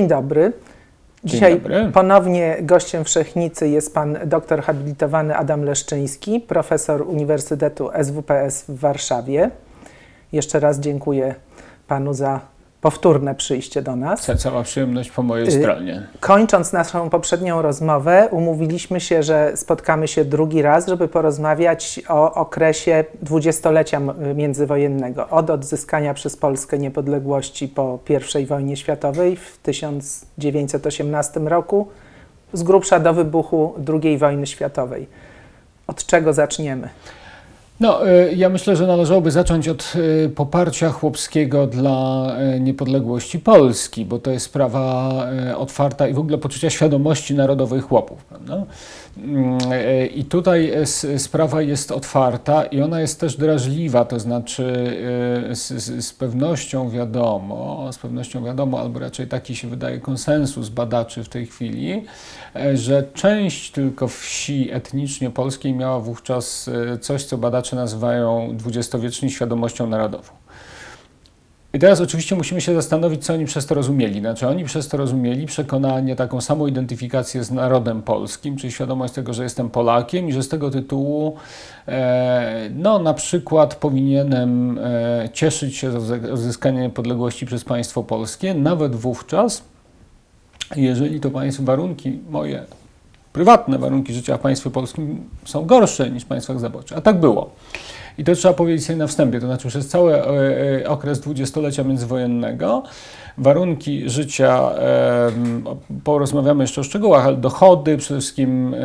Dzień dobry. Dzisiaj ponownie gościem Wszechnicy jest pan doktor habilitowany Adam Leszczyński, profesor Uniwersytetu SWPS w Warszawie. Jeszcze raz dziękuję panu za powtórne przyjście do nas. Cała przyjemność po mojej stronie. Kończąc naszą poprzednią rozmowę, umówiliśmy się, że spotkamy się drugi raz, żeby porozmawiać o okresie dwudziestolecia międzywojennego. Od odzyskania przez Polskę niepodległości po I wojnie światowej w 1918 roku, z grubsza do wybuchu II wojny światowej. Od czego zaczniemy? No, ja myślę, że należałoby zacząć od poparcia chłopskiego dla niepodległości Polski, bo to jest sprawa otwarta i w ogóle poczucia świadomości narodowej chłopów, prawda? I tutaj sprawa jest otwarta i ona jest też drażliwa, to znaczy z pewnością wiadomo, albo raczej taki się wydaje konsensus badaczy w tej chwili, że część tylko wsi etnicznie polskiej miała wówczas coś, co badacze nazywają dwudziestowieczni świadomością narodową. I teraz oczywiście musimy się zastanowić, co oni przez to rozumieli. Znaczy oni przez to rozumieli przekonanie, taką samą identyfikację z narodem polskim, czyli świadomość tego, że jestem Polakiem i że z tego tytułu no na przykład powinienem cieszyć się z odzyskania niepodległości przez państwo polskie, nawet wówczas, jeżeli to warunki moje, prywatne warunki życia w państwie polskim są gorsze niż w państwach zaborczych. A tak było. I to trzeba powiedzieć sobie na wstępie, to znaczy przez cały okres dwudziestolecia międzywojennego warunki życia, porozmawiamy jeszcze o szczegółach, ale dochody przede wszystkim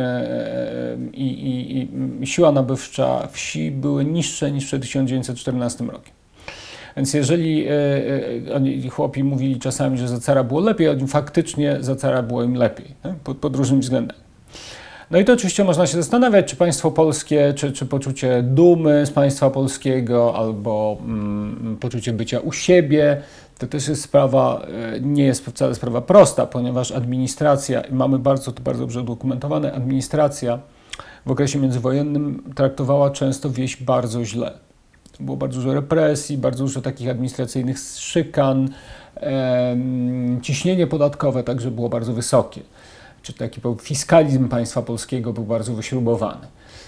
i siła nabywcza wsi były niższe niż przed 1914 rokiem. Więc jeżeli chłopi mówili czasami, że za cara było lepiej, faktycznie za cara było im lepiej, pod różnymi względami. No i to oczywiście można się zastanawiać, czy państwo polskie, czy poczucie dumy z państwa polskiego, albo poczucie bycia u siebie, to też jest sprawa, nie jest wcale sprawa prosta, ponieważ administracja, mamy to bardzo dobrze udokumentowane, administracja w okresie międzywojennym traktowała często wieś bardzo źle. Było bardzo dużo represji, bardzo dużo takich administracyjnych szykan, ciśnienie podatkowe także było bardzo wysokie. Czy taki fiskalizm państwa polskiego był bardzo wyśrubowany.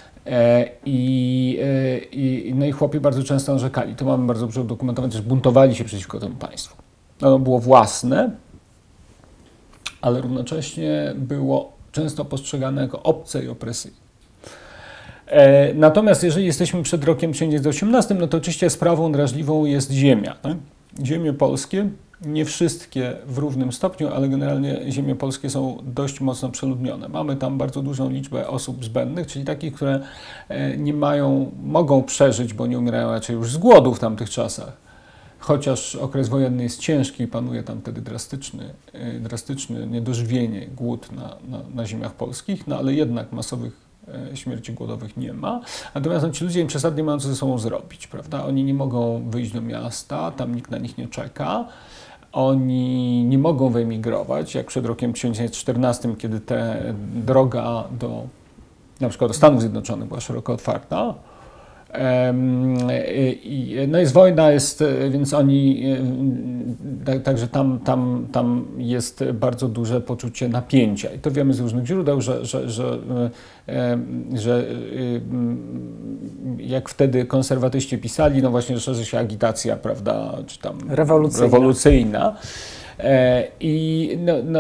No i chłopi bardzo często narzekali. To mamy bardzo dobrze udokumentowane, też buntowali się przeciwko temu państwu. Ono było własne, ale równocześnie było często postrzegane jako obce i opresyjne. Natomiast jeżeli jesteśmy przed rokiem 1918, no to oczywiście sprawą drażliwą jest ziemia. Tak? Ziemie polskie, nie wszystkie w równym stopniu, ale generalnie ziemie polskie są dość mocno przeludnione. Mamy tam bardzo dużą liczbę osób zbędnych, czyli takich, które mogą przeżyć, bo nie umierają raczej już z głodu w tamtych czasach. Chociaż okres wojenny jest ciężki i panuje tam wtedy drastyczne niedożywienie, głód na ziemiach polskich, no ale jednak masowych śmierci głodowych nie ma. Natomiast ci ludzie przesadnie mają co ze sobą zrobić, prawda? Oni nie mogą wyjść do miasta, tam nikt na nich nie czeka. Oni nie mogą wyemigrować, jak przed rokiem 1914, kiedy droga na przykład do Stanów Zjednoczonych była szeroko otwarta. No jest wojna, więc oni, także tam jest bardzo duże poczucie napięcia. I to wiemy z różnych źródeł, że jak wtedy konserwatyści pisali, no właśnie, że szerzy się agitacja, prawda, czy tam rewolucyjna. I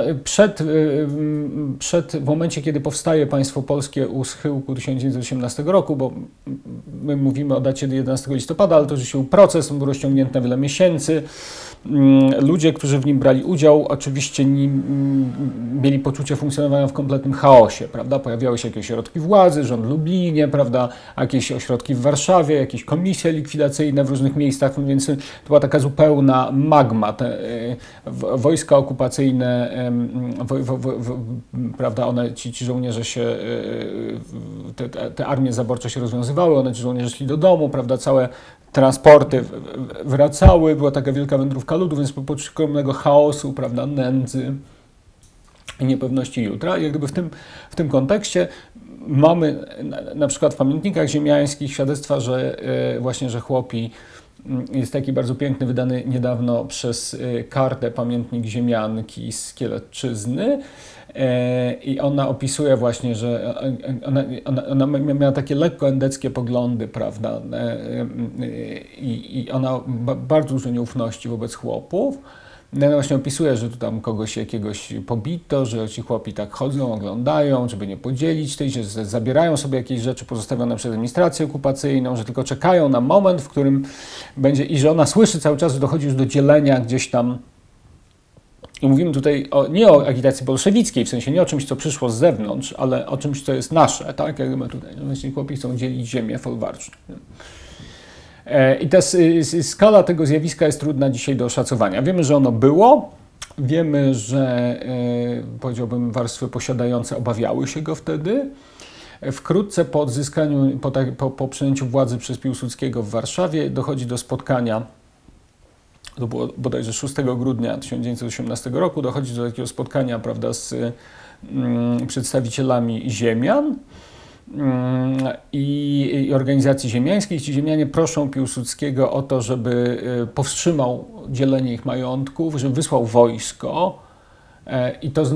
w momencie, kiedy powstaje państwo polskie u schyłku 1918 roku, bo my mówimy o dacie 11 listopada, ale to rzeczywiście był proces, on był rozciągnięty na wiele miesięcy. Ludzie, którzy w nim brali udział, oczywiście mieli poczucie funkcjonowania w kompletnym chaosie, prawda? Pojawiały się jakieś ośrodki władzy, rząd w Lublinie, prawda? Jakieś ośrodki w Warszawie, jakieś komisje likwidacyjne w różnych miejscach, więc to była taka zupełna magma. Te wojska okupacyjne, prawda? Ci żołnierze się, te armie zaborcze się rozwiązywały, ci żołnierze szli do domu, prawda? Całe transporty wracały, była taka wielka wędrówka ludu, więc po poczuciu ogromnego chaosu, prawda, nędzy i niepewności jutra. I jak gdyby w tym kontekście mamy na przykład w pamiętnikach ziemiańskich świadectwa, że chłopi Jest taki bardzo piękny, wydany niedawno przez Kartę pamiętnik ziemianki z Kielecczyzny. I ona opisuje właśnie, że ona miała takie lekko endeckie poglądy, prawda, i ona bardzo dużo nieufności wobec chłopów. No ona właśnie opisuje, że tu tam kogoś jakiegoś pobito, że ci chłopi tak chodzą, oglądają, żeby nie podzielić tej, że zabierają sobie jakieś rzeczy pozostawione przez administrację okupacyjną, że tylko czekają na moment, w którym będzie, i że ona słyszy cały czas, że dochodzi już do dzielenia gdzieś tam. I mówimy tutaj nie o agitacji bolszewickiej, w sensie nie o czymś, co przyszło z zewnątrz, ale o czymś, co jest nasze, tak? Jak my tutaj, właśnie chłopi chcą dzielić ziemię folwarczną. I ta skala tego zjawiska jest trudna dzisiaj do oszacowania. Wiemy, że ono było, wiemy, że powiedziałbym warstwy posiadające obawiały się go wtedy. Wkrótce po odzyskaniu, po przejęciu władzy przez Piłsudskiego w Warszawie dochodzi do spotkania, to było bodajże 6 grudnia 1918 roku, dochodzi do takiego spotkania, prawda, z przedstawicielami ziemian i organizacji ziemiańskich. Ci ziemianie proszą Piłsudskiego o to, żeby powstrzymał dzielenie ich majątków, żeby wysłał wojsko. I to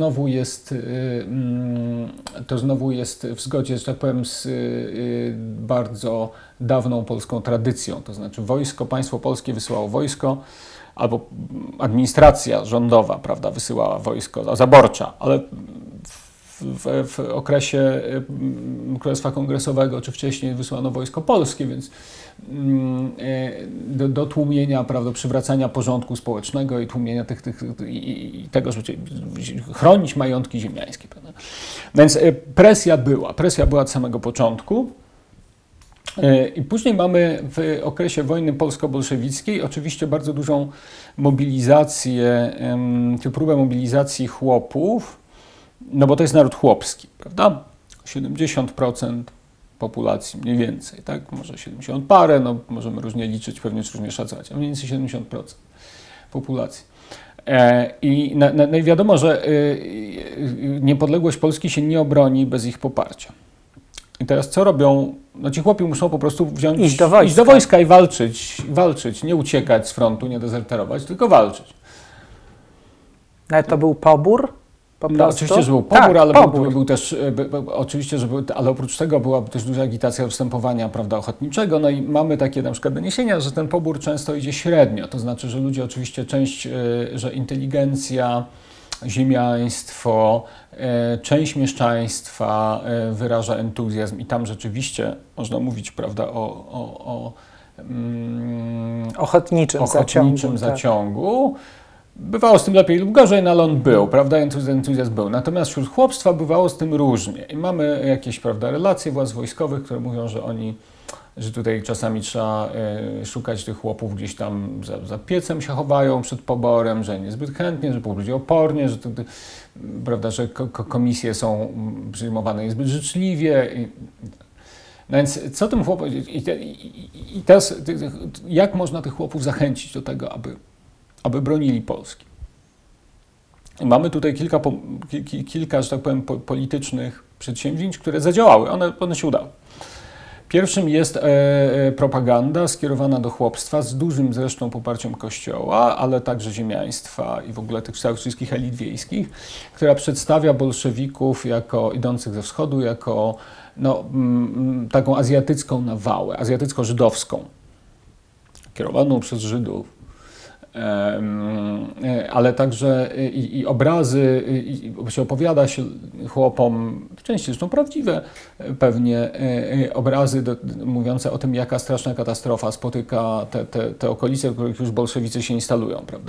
znowu jest w zgodzie, że tak powiem, z bardzo dawną polską tradycją. To znaczy państwo polskie wysyłało wojsko, albo administracja rządowa, prawda, wysyłała wojsko, zaborcza, ale w okresie Królestwa Kongresowego, czy wcześniej wysłano wojsko polskie, więc do tłumienia, prawda, przywracania porządku społecznego i tłumienia i tego, żeby chronić majątki ziemiańskie. Prawda? Więc presja była od samego początku. I później mamy w okresie wojny polsko-bolszewickiej oczywiście bardzo dużą mobilizację, próbę mobilizacji chłopów, no bo to jest naród chłopski, prawda? 70% populacji mniej więcej, tak? Może 70 parę, no możemy różnie liczyć, pewnie różnie szacować, a mniej więcej 70% populacji. I wiadomo, że niepodległość Polski się nie obroni bez ich poparcia. I teraz co robią? No ci chłopi muszą po prostu iść do wojska i walczyć, nie uciekać z frontu, nie dezerterować, tylko walczyć. Ale to był pobór? No, oczywiście, że był pobór, ale był też, oczywiście, ale oprócz tego była też duża agitacja wstępowania, prawda, ochotniczego. No i mamy takie na przykład doniesienia, że ten pobór często idzie średnio. To znaczy, że ludzie oczywiście że inteligencja, ziemiaństwo, część mieszczaństwa wyraża entuzjazm i tam rzeczywiście można mówić, prawda, o ochotniczym zaciągu. Bywało z tym lepiej lub gorzej, no ale on był, prawda, entuzjazm był. Natomiast wśród chłopstwa bywało z tym różnie. I mamy jakieś, prawda, relacje władz wojskowych, które mówią, że tutaj czasami trzeba szukać tych chłopów gdzieś tam za piecem się chowają przed poborem, że niezbyt chętnie, że ludzie opornie, że prawda, że komisje są przyjmowane niezbyt życzliwie. No więc co tym chłopom... I teraz jak można tych chłopów zachęcić do tego, aby bronili Polski? I mamy tutaj kilka, że tak powiem, politycznych przedsięwzięć, które zadziałały. One się udały. Pierwszym jest propaganda skierowana do chłopstwa z dużym zresztą poparciem Kościoła, ale także ziemiaństwa i w ogóle tych wszystkich elit wiejskich, która przedstawia bolszewików jako idących ze wschodu, jako taką azjatycką nawałę, azjatycko-żydowską, kierowaną przez Żydów. Ale także i obrazy, się opowiada się chłopom, częściej zresztą prawdziwe pewnie, obrazy mówiące o tym, jaka straszna katastrofa spotyka te okolice, w których już bolszewicy się instalują, prawda?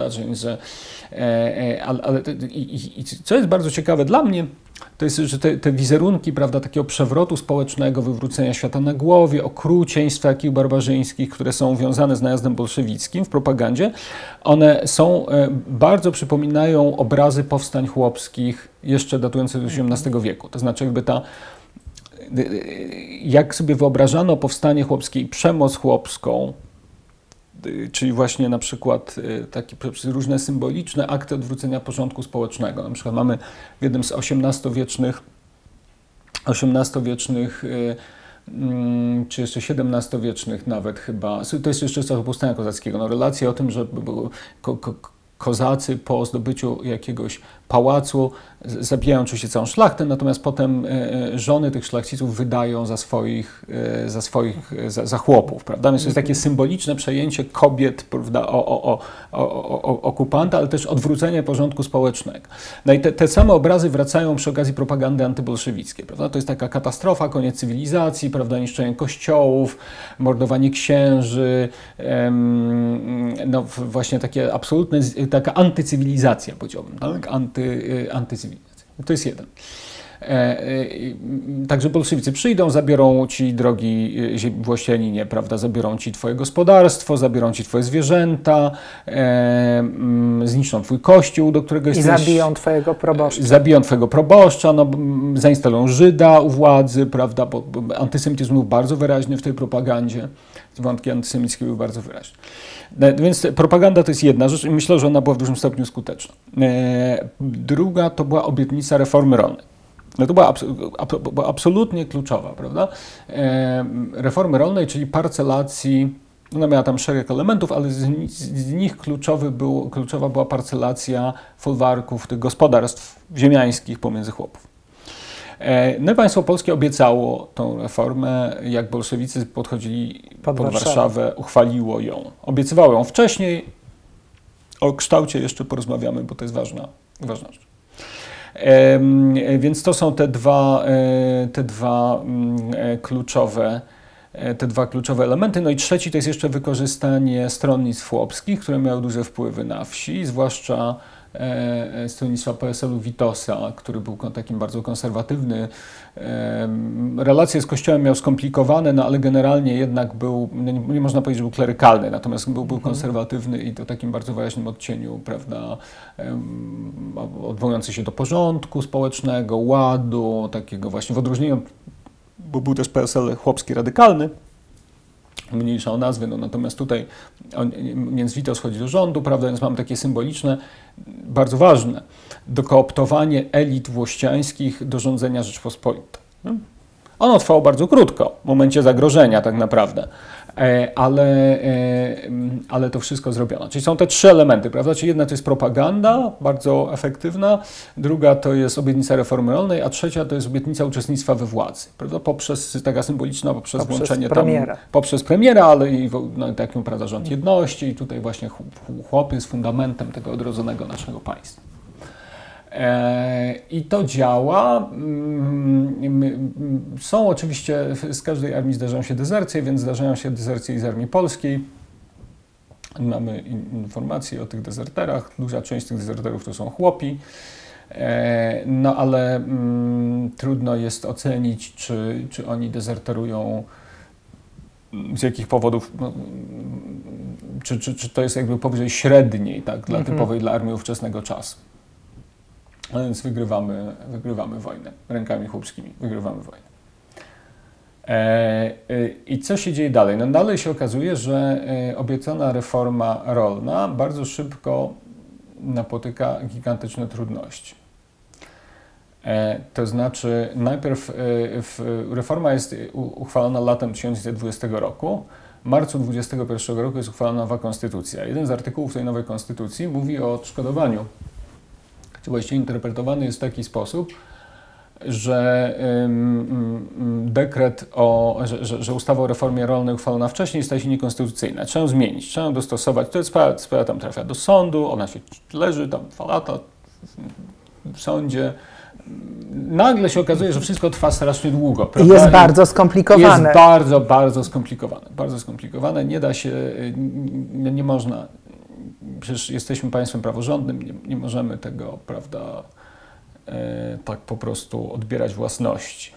Co jest bardzo ciekawe dla mnie, to jest, że te wizerunki, prawda, takiego przewrotu społecznego, wywrócenia świata na głowie, okrucieństw takich barbarzyńskich, które są wiązane z najazdem bolszewickim w propagandzie, one bardzo przypominają obrazy powstań chłopskich jeszcze datujące z XVIII wieku. To znaczy jak sobie wyobrażano powstanie chłopskie i przemoc chłopską, czyli właśnie na przykład takie różne symboliczne akty odwrócenia porządku społecznego. Na przykład mamy w jednym z XVIII-wiecznych czy jeszcze XVII-wiecznych nawet chyba, to jest jeszcze z czasów Powstania Kozackiego, no, relacje o tym, że kozacy po zdobyciu jakiegoś pałacu zabijają oczywiście całą szlachtę, natomiast potem żony tych szlachciców wydają za chłopów, prawda? Więc to jest takie symboliczne przejęcie kobiet, prawda, okupanta, ale też odwrócenie porządku społecznego. No i te same obrazy wracają przy okazji propagandy antybolszewickiej, prawda? To jest taka katastrofa, koniec cywilizacji, prawda, niszczenie kościołów, mordowanie księży, no właśnie takie absolutne, taka antycywilizacja, powiedziałbym, tak? Antycywilizacja. To jest jeden. Także bolszewicy przyjdą, zabiorą ci, drogi włościaninie, prawda, zabiorą ci twoje gospodarstwo, zabiorą ci twoje zwierzęta, zniszczą twój kościół, do którego jesteś... I zabiją twojego proboszcza. Zabiją twojego proboszcza, no, zainstalują Żyda u władzy, prawda, bo antysemityzm był bardzo wyraźny w tej propagandzie. Wątki antysemickie były bardzo wyraźne. Więc propaganda to jest jedna rzecz i myślę, że ona była w dużym stopniu skuteczna. Druga to była obietnica reformy rolnej. No to była absolutnie kluczowa, prawda? Reformy rolnej, czyli parcelacji, ona miała tam szereg elementów, ale z nich kluczowa była parcelacja folwarków, tych gospodarstw ziemiańskich pomiędzy chłopów. No i państwo polskie obiecało tą reformę, jak bolszewicy podchodzili pod Warszawę, uchwaliło ją. Obiecywało ją wcześniej, o kształcie jeszcze porozmawiamy, bo to jest ważna rzecz. Więc to są te dwa kluczowe elementy. No i trzeci to jest jeszcze wykorzystanie stronnictw chłopskich, które miały duże wpływy na wsi, zwłaszcza stronnictwa PSL-u Witosa, który był takim bardzo konserwatywny. Relacje z Kościołem miał skomplikowane, no ale generalnie jednak był, nie można powiedzieć, że był klerykalny, natomiast był konserwatywny i to takim bardzo wyraźnym odcieniu, prawda, odwołujący się do porządku społecznego, ładu, takiego właśnie w odróżnieniu, bo był też PSL chłopski radykalny, mniejszą nazwę, no natomiast tutaj Międz-Witos chodzi do rządu, prawda, więc mamy takie symboliczne, bardzo ważne, dokooptowanie elit włościańskich do rządzenia Rzeczpospolitą. Ono trwało bardzo krótko, w momencie zagrożenia tak naprawdę, ale to wszystko zrobiono. Czyli są te trzy elementy, prawda? Czyli jedna to jest propaganda, bardzo efektywna, druga to jest obietnica reformy rolnej, a trzecia to jest obietnica uczestnictwa we władzy, prawda? Taka symboliczna, poprzez włączenie premiera. Poprzez premiera, ale i taką, prawda, rząd jedności i tutaj właśnie chłop jest fundamentem tego odrodzonego naszego państwa. I to działa. Są oczywiście, z każdej armii zdarzają się dezercje, więc zdarzają się dezercje i z armii polskiej. Mamy informacje o tych dezerterach. Duża część tych dezerterów to są chłopi. No ale trudno jest ocenić, czy oni dezerterują z jakich powodów, no, czy to jest jakby powyżej średniej, tak, dla typowej dla armii ówczesnego czasu. A więc wygrywamy wojnę rękami chłopskimi, wygrywamy wojnę. I co się dzieje dalej? No dalej się okazuje, że obiecana reforma rolna bardzo szybko napotyka gigantyczne trudności. To znaczy najpierw reforma jest uchwalona latem 1920 roku, w marcu 1921 roku jest uchwalona nowa konstytucja. Jeden z artykułów tej nowej konstytucji mówi o odszkodowaniu. Właściwie interpretowany jest w taki sposób, że dekret że ustawa o reformie rolnej uchwalona wcześniej staje się niekonstytucyjna. Trzeba ją zmienić, trzeba ją dostosować. To jest sprawa tam trafia do sądu, ona się leży tam 2 lata w sądzie. Nagle się okazuje, że wszystko trwa strasznie długo. Prawda? Jest bardzo skomplikowane. Jest bardzo, bardzo skomplikowane. Bardzo skomplikowane. Nie da się, nie można. Przecież jesteśmy państwem praworządnym, nie możemy tego, prawda, tak po prostu odbierać własności.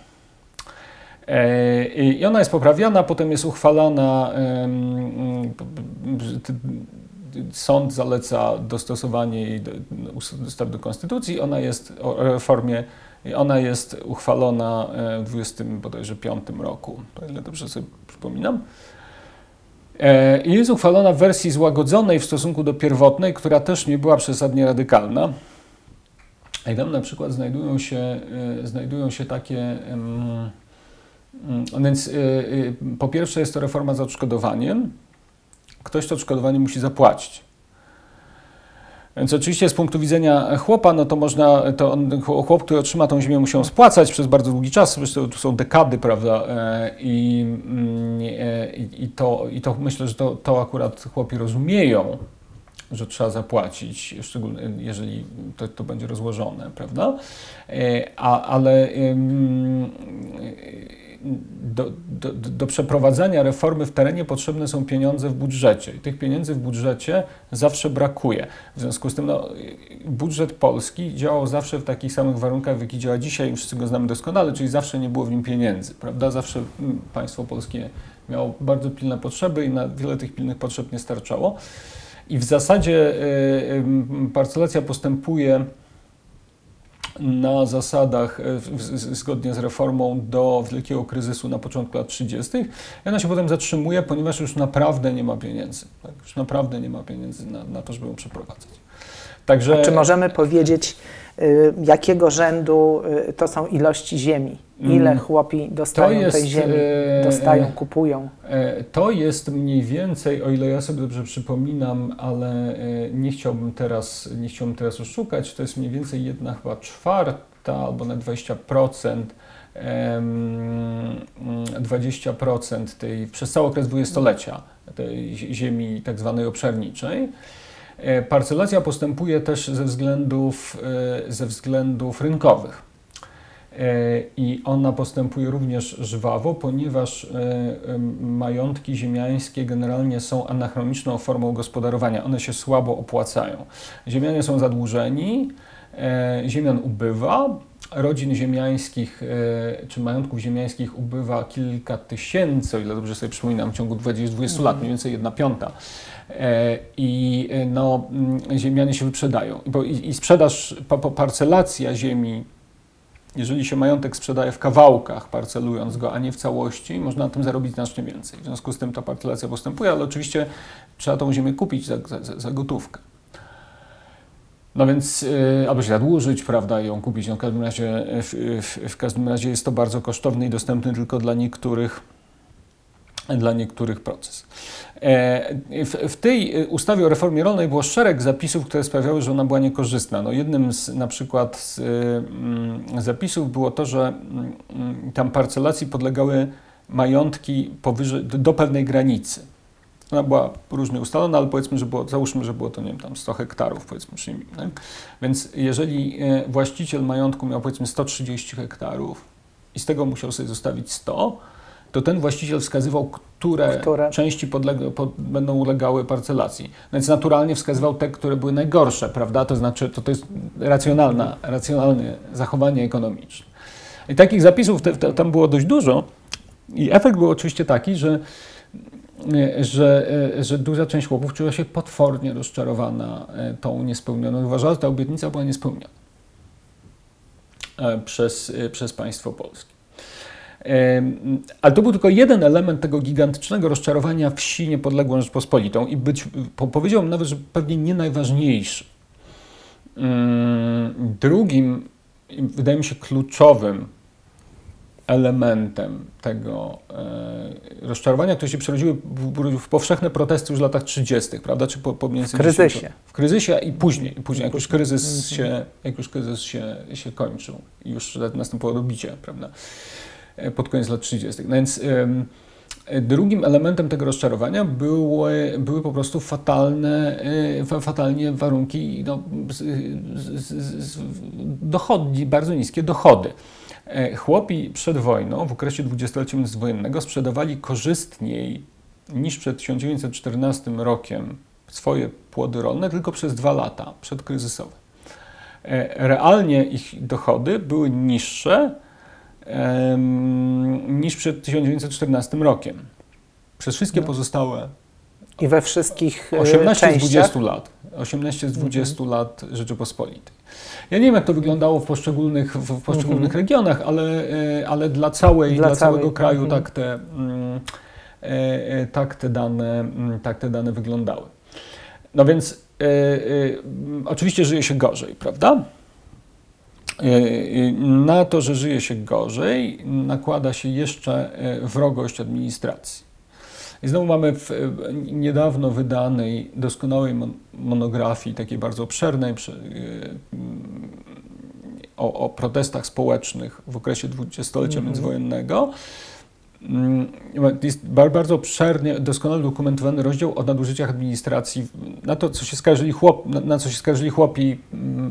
I ona jest poprawiana, potem jest uchwalana, sąd zaleca dostosowanie jej do konstytucji, ona jest o reformie, ona jest uchwalona w 25 roku, o ile dobrze sobie przypominam. I jest uchwalona w wersji złagodzonej w stosunku do pierwotnej, która też nie była przesadnie radykalna. I tam na przykład znajdują się takie Więc po pierwsze jest to reforma z odszkodowaniem. Ktoś to odszkodowanie musi zapłacić. Więc oczywiście z punktu widzenia chłopa, no to można, chłop, który otrzyma tą ziemię, musi ją spłacać przez bardzo długi czas, zresztą tu są dekady, prawda, i to myślę, że to akurat chłopi rozumieją, że trzeba zapłacić, szczególnie jeżeli to będzie rozłożone, prawda, ale do przeprowadzania reformy w terenie potrzebne są pieniądze w budżecie i tych pieniędzy w budżecie zawsze brakuje. W związku z tym budżet polski działał zawsze w takich samych warunkach, w jakich działa dzisiaj, wszyscy go znamy doskonale, czyli zawsze nie było w nim pieniędzy, prawda? Zawsze państwo polskie miało bardzo pilne potrzeby i na wiele tych pilnych potrzeb nie starczało. I w zasadzie parcelacja postępuje na zasadach, zgodnie z reformą, do wielkiego kryzysu na początku lat 30. I ona się potem zatrzymuje, ponieważ już naprawdę nie ma pieniędzy. Tak? Już naprawdę nie ma pieniędzy na to, żeby ją przeprowadzać. Także... A czy możemy powiedzieć, jakiego rzędu to są ilości ziemi? Ile chłopi dostają tej ziemi? Dostają, kupują? To jest mniej więcej, o ile ja sobie dobrze przypominam, ale nie chciałbym teraz oszukać, to jest mniej więcej 1/4 albo na 20%, 20% tej, przez cały okres dwudziestolecia tej ziemi tak zwanej obszarniczej. Parcelacja postępuje też ze względów rynkowych. I ona postępuje również żwawo, ponieważ majątki ziemiańskie generalnie są anachroniczną formą gospodarowania. One się słabo opłacają. Ziemianie są zadłużeni, ziemian ubywa, rodzin ziemiańskich czy majątków ziemiańskich ubywa kilka tysięcy, o ile dobrze sobie przypominam, w ciągu 20 lat, mniej więcej 1/5. I ziemianie się wyprzedają. I sprzedaż, parcelacja ziemi, jeżeli się majątek sprzedaje w kawałkach, parcelując go, a nie w całości, można na tym zarobić znacznie więcej. W związku z tym ta parcelacja postępuje, ale oczywiście trzeba tą ziemię kupić za gotówkę. No więc albo się zadłużyć, prawda, i ją kupić. No w każdym razie jest to bardzo kosztowny i dostępny tylko dla niektórych proces. W tej ustawie o reformie rolnej było szereg zapisów, które sprawiały, że ona była niekorzystna. No jednym z na przykład zapisów było to, że tam parcelacji podlegały majątki do pewnej granicy. Ona była różnie ustalona, ale powiedzmy, załóżmy, że było to, nie wiem, tam 100 hektarów, powiedzmy, przyjmijmy, tak? Więc jeżeli właściciel majątku miał, powiedzmy, 130 hektarów i z tego musiał sobie zostawić 100, to ten właściciel wskazywał, które części będą ulegały parcelacji. No więc naturalnie wskazywał te, które były najgorsze, prawda? To znaczy, to jest racjonalne zachowanie ekonomiczne. I takich zapisów tam było dość dużo i efekt był oczywiście taki, że duża część chłopów czuła się potwornie rozczarowana tą niespełnioną. Uważała, że ta obietnica była niespełniona przez państwo polskie. Ale to był tylko jeden element tego gigantycznego rozczarowania wsi niepodległą Rzeczpospolitą i powiedziałbym nawet, że pewnie nie najważniejszy. Drugim, wydaje mi się, kluczowym elementem tego rozczarowania, które się przerodziły w powszechne protesty już w latach 30., prawda? Czy w kryzysie. W kryzysie i później jak już kryzys się kończył i już następowało dobicie, prawda? Pod koniec lat 30. No więc drugim elementem tego rozczarowania były po prostu fatalnie warunki, bardzo niskie dochody. Chłopi przed wojną, w okresie dwudziestolecia międzywojennego, sprzedawali korzystniej niż przed 1914 rokiem swoje płody rolne tylko przez 2 lata przedkryzysowe. Realnie ich dochody były niższe niż przed 1914 rokiem. Przez wszystkie pozostałe... I we wszystkich 18 z 20 lat. 18 z 20 lat Rzeczypospolitej. Ja nie wiem, jak to wyglądało w poszczególnych regionach, ale dla całego kraju tak te dane wyglądały. No więc oczywiście żyje się gorzej, prawda? Na to, że żyje się gorzej, nakłada się jeszcze wrogość administracji. I znowu mamy w niedawno wydanej, doskonałej monografii, takiej bardzo obszernej, o protestach społecznych w okresie dwudziestolecia międzywojennego. Jest bardzo obszernie, doskonale dokumentowany rozdział o nadużyciach administracji, na to, co się skarżyli chłopi,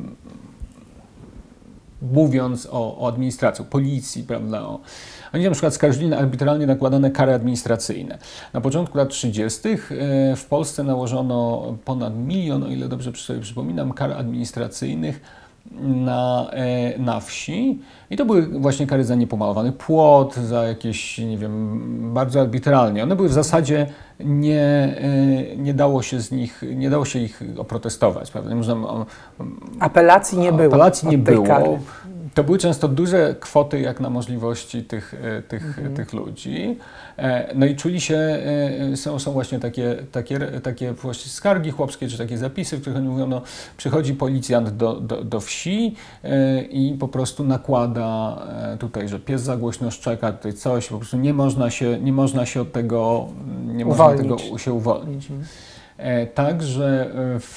mówiąc o administracji, o policji, prawda? Oni na przykład skarżyli na arbitralnie nakładane kary administracyjne. Na początku lat 30. W Polsce nałożono ponad 1 milion, o ile dobrze sobie przypominam, kar administracyjnych na wsi. I to były właśnie kary za niepomalowany płot, za jakieś, nie wiem, bardzo arbitralnie. One były w zasadzie, nie dało się ich oprotestować, prawda? Nie można, apelacji nie było. Apelacji nie było. To były często duże kwoty jak na możliwości tych ludzi. No i czuli się, są właśnie takie właśnie skargi chłopskie, czy takie zapisy, w których oni mówią, no przychodzi policjant do wsi i po prostu nakłada tutaj, że pies za głośno szczeka, tutaj coś, po prostu nie można się od tego, uwolnić. Także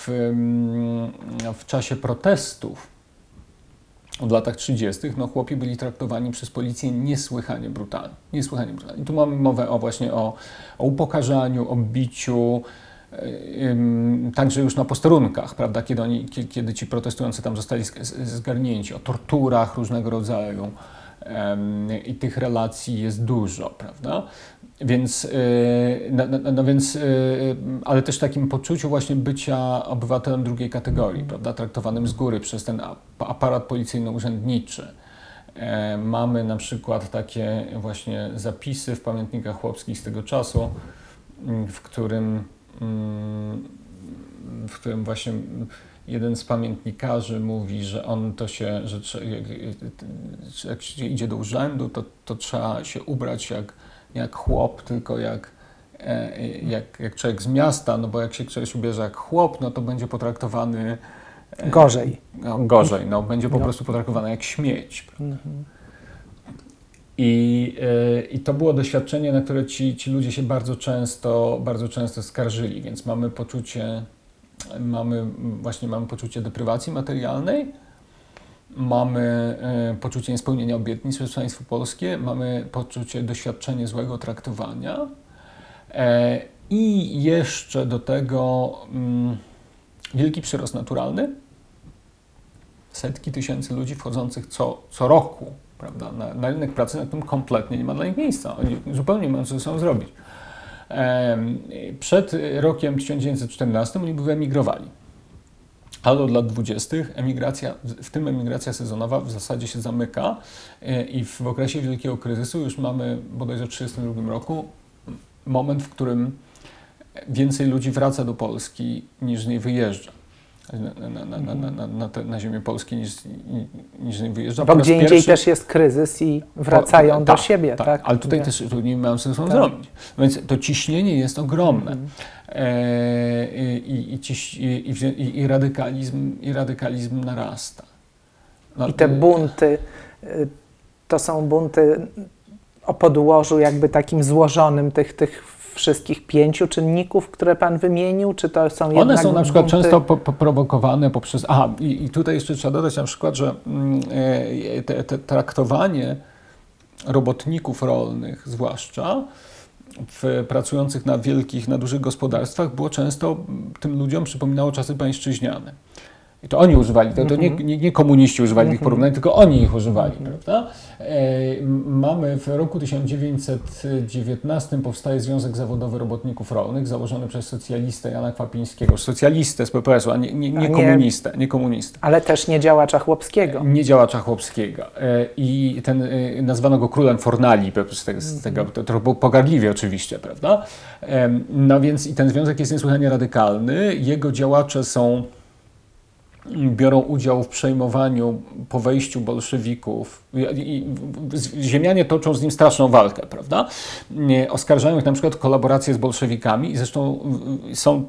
w czasie protestów w latach 30. No, chłopi byli traktowani przez policję niesłychanie brutalnie. I tu mamy mowę właśnie o upokarzaniu, o biciu, także już na posterunkach, prawda, kiedy ci protestujący tam zostali zgarnięci, o torturach różnego rodzaju. I tych relacji jest dużo, prawda? Więc, ale też takim poczuciu właśnie bycia obywatelem drugiej kategorii, prawda? Traktowanym z góry przez ten aparat policyjno-urzędniczy. Mamy na przykład takie właśnie zapisy w pamiętnikach chłopskich z tego czasu, w którym właśnie jeden z pamiętnikarzy mówi, że jak się idzie do urzędu, to trzeba się ubrać jak chłop, tylko jak człowiek z miasta, no bo jak się ktoś ubierze jak chłop, no to będzie potraktowany gorzej. Będzie po prostu potraktowany jak śmieć. I to było doświadczenie, na które ci ludzie się bardzo często skarżyli, więc mamy poczucie deprywacji materialnej, mamy poczucie niespełnienia obietnic przez państwo polskie, mamy poczucie doświadczenia złego traktowania i jeszcze do tego wielki przyrost naturalny, setki tysięcy ludzi wchodzących co roku, prawda, na rynek pracy, na którym kompletnie nie ma dla nich miejsca. Oni zupełnie nie mają co ze sobą zrobić. Przed rokiem 1914 oni by wyemigrowali. Ale od lat 20. emigracja sezonowa w zasadzie się zamyka i w okresie wielkiego kryzysu już mamy bodajże w 1932 roku moment, w którym więcej ludzi wraca do Polski niż z niej wyjeżdża. Na ziemię Polski niż z niej wyjeżdża. Bo gdzie indziej też jest kryzys i wracają do siebie. Tak, ale tutaj też nie mają co ze sobą zrobić. Więc to ciśnienie jest ogromne. I radykalizm narasta. I te bunty, to są bunty o podłożu jakby takim złożonym tych wszystkich 5 czynników, które Pan wymienił, czy to są jednak One są na przykład bunty... często prowokowane poprzez... I tutaj jeszcze trzeba dodać na przykład, że traktowanie robotników rolnych zwłaszcza pracujących na dużych gospodarstwach było często tym ludziom przypominało czasy pańszczyźniane. I to oni używali, to nie komuniści używali tych porównań, tylko oni ich używali, prawda? Mamy w roku 1919 powstaje Związek Zawodowy Robotników Rolnych, założony przez socjalistę Jana Kwapińskiego, socjalistę z PPS-u, a nie komunistę. Ale też nie działacza chłopskiego. Nie działacza chłopskiego. I nazwano go królem Fornali, z tego, to było pogardliwie oczywiście, prawda? No więc i ten związek jest niesłychanie radykalny, jego działacze biorą udział w przejmowaniu po wejściu bolszewików. Ziemianie toczą z nim straszną walkę, prawda? Oskarżają ich na przykład o kolaborację z bolszewikami i zresztą są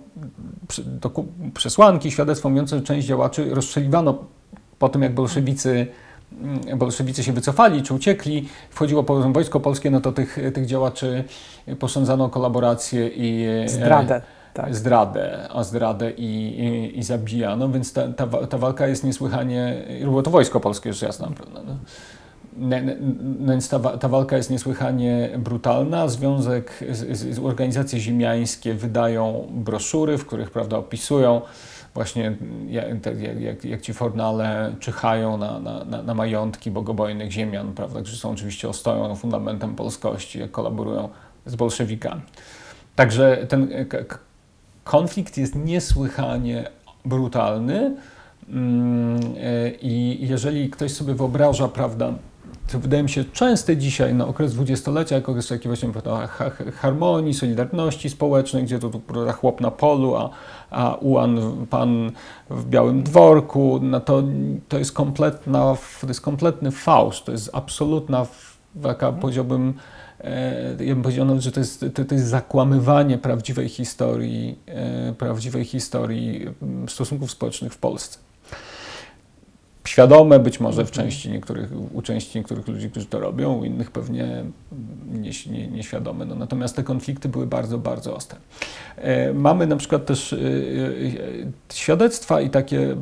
przesłanki, świadectwa mówiące, że część działaczy rozstrzeliwano po tym, jak bolszewicy bolszewicy się wycofali czy uciekli, wchodziło wojsko polskie, no to tych działaczy posądzano o kolaborację i Zdradę. Tak. Zdradę i zabijano, więc ta walka jest niesłychanie, było to wojsko polskie, już jasna, prawda? No. Więc ta walka jest niesłychanie brutalna. Organizacje ziemiańskie wydają broszury, w których, prawda, opisują właśnie jak ci fornale czyhają na majątki bogobojnych ziemian, prawda, którzy są oczywiście ostoją, fundamentem polskości, jak kolaborują z bolszewikami. Także ten konflikt jest niesłychanie brutalny i jeżeli ktoś sobie wyobraża, prawda, to wydaje mi się częste dzisiaj na okres dwudziestolecia, jako okres takiej właśnie harmonii, solidarności społecznej, gdzie to tu chłop na polu, a ułan pan w białym dworku, no to jest kompletny fałsz, to jest absolutna, taka powiedziałbym, ja bym powiedział, że to jest zakłamywanie prawdziwej historii stosunków społecznych w Polsce. Świadome być może u części niektórych ludzi, którzy to robią, u innych pewnie nieświadome. No, natomiast te konflikty były bardzo, bardzo ostre. Mamy na przykład też świadectwa i takie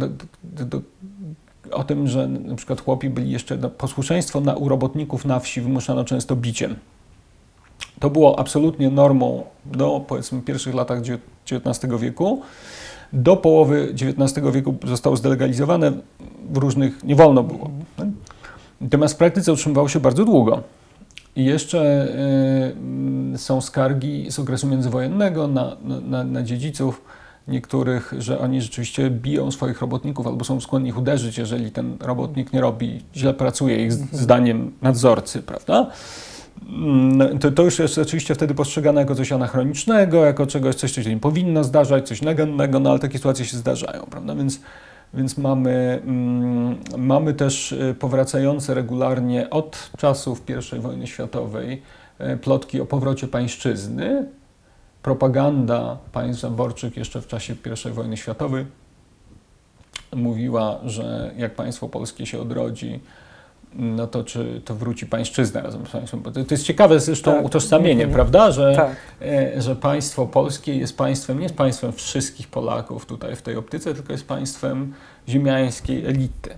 o tym, że na przykład chłopi byli jeszcze, posłuszeństwo u robotników na wsi wymuszano często biciem. To było absolutnie normą do, powiedzmy, pierwszych latach XIX wieku. Do połowy XIX wieku zostało zdelegalizowane, w różnych nie wolno było. Natomiast w praktyce utrzymywało się bardzo długo. I jeszcze są skargi z okresu międzywojennego na dziedziców niektórych, że oni rzeczywiście biją swoich robotników albo są skłonni ich uderzyć, jeżeli ten robotnik nie robi, źle pracuje, ich zdaniem nadzorcy, prawda? To już jest oczywiście wtedy postrzegane jako coś anachronicznego, jako coś się nie powinno zdarzać, coś nagannego, no ale takie sytuacje się zdarzają, prawda? Więc mamy też powracające regularnie od czasów I wojny światowej plotki o powrocie pańszczyzny. Propaganda państw zaborczych jeszcze w czasie I wojny światowej mówiła, że jak państwo polskie się odrodzi, no to czy to wróci pańszczyzna razem z państwem. To jest ciekawe zresztą utożsamienie, prawda, że państwo polskie jest państwem, nie jest państwem wszystkich Polaków tutaj w tej optyce, tylko jest państwem ziemiańskiej elity.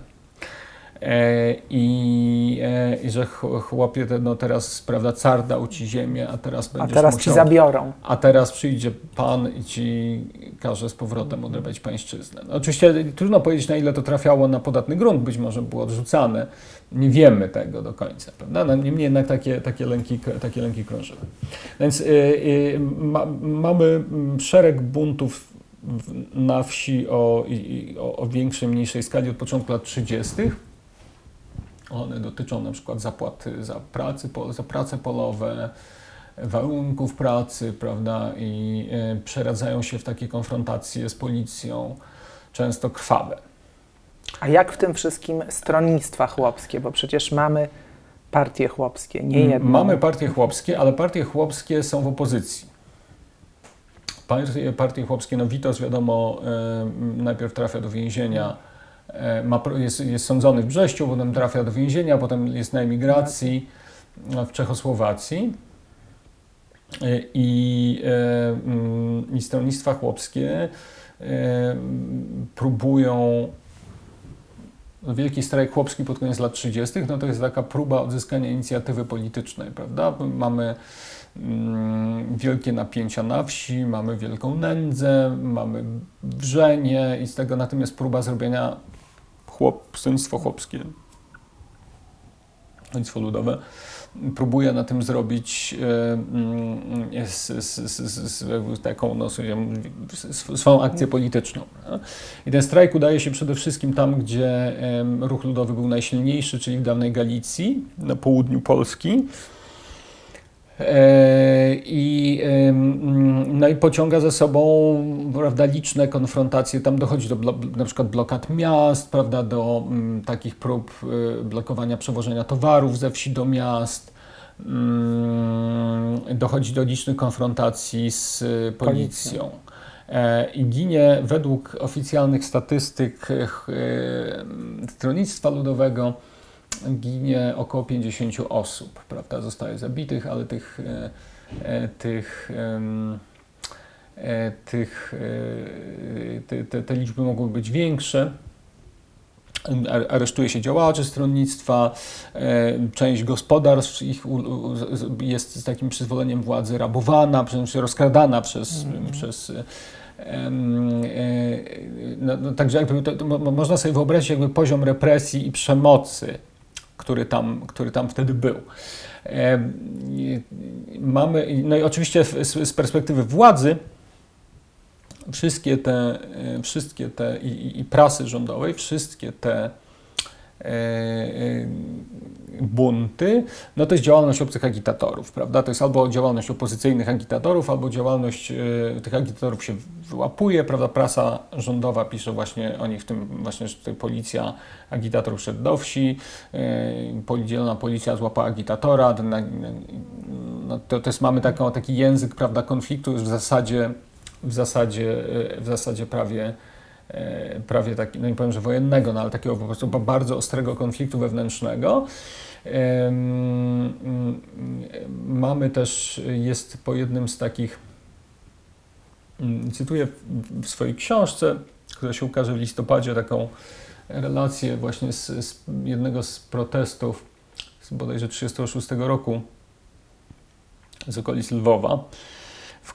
I że chłopie, no teraz, prawda, car dał ci ziemię, a teraz będziesz musiał, ci zabiorą. A teraz przyjdzie pan i ci każe z powrotem odebrać pańszczyznę. No, oczywiście trudno powiedzieć, na ile to trafiało na podatny grunt, być może było odrzucane. Nie wiemy tego do końca, prawda? No, niemniej jednak takie lęki krążyły. Więc mamy szereg buntów na wsi o większej, mniejszej skali od początku lat 30. One dotyczą na przykład zapłaty za prace polowe, warunków pracy, prawda, i przeradzają się w takie konfrontacje z policją, często krwawe. A jak w tym wszystkim stronnictwa chłopskie? Bo przecież mamy partie chłopskie, nie jedną. Mamy partie chłopskie, ale partie chłopskie są w opozycji. Partie chłopskie, no Witos, wiadomo, najpierw trafia do więzienia, jest sądzony w Brześciu, potem trafia do więzienia, potem jest na emigracji w Czechosłowacji i stronnictwa chłopskie próbują. Wielki strajk chłopski pod koniec lat 30. no to jest taka próba odzyskania inicjatywy politycznej, prawda? Mamy wielkie napięcia na wsi, mamy wielką nędzę, mamy wrzenie i z tego natomiast próba zrobienia stronnictwo chłopskie, stronnictwo ludowe, próbuje na tym zrobić taką swoją akcję polityczną. I ten strajk udaje się przede wszystkim tam, gdzie ruch ludowy był najsilniejszy, czyli w dawnej Galicji, na południu Polski. No i pociąga za sobą, prawda, liczne konfrontacje. Tam dochodzi do na przykład blokad miast, prawda, do takich prób blokowania przewożenia towarów ze wsi do miast. Dochodzi do licznych konfrontacji z policją. I ginie według oficjalnych statystyk Stronnictwa Ludowego ginie około 50 osób, prawda, zostaje zabitych, ale te liczby mogły być większe. Aresztuje się działaczy stronnictwa, część gospodarstw jest z takim przyzwoleniem władzy rabowana, rozkradana także jakby można sobie wyobrazić jakby poziom represji i przemocy, który tam wtedy był. No i oczywiście z perspektywy władzy wszystkie te i prasy rządowej, wszystkie te bunty, no to jest działalność obcych agitatorów, prawda? To jest albo działalność opozycyjnych agitatorów, albo działalność tych agitatorów się wyłapuje, prawda? Prasa rządowa pisze właśnie o nich, w tym właśnie, że tutaj policja, agitator wszedł do wsi, dzielna policja złapała agitatora, no to jest, mamy taki język, prawda, konfliktu już w zasadzie prawie taki, no nie powiem, że wojennego, no ale takiego po prostu bardzo ostrego konfliktu wewnętrznego. Mamy też, jest po jednym z takich, cytuję w swojej książce, która się ukaże w listopadzie, taką relację właśnie z jednego z protestów z bodajże 1936 roku z okolic Lwowa, w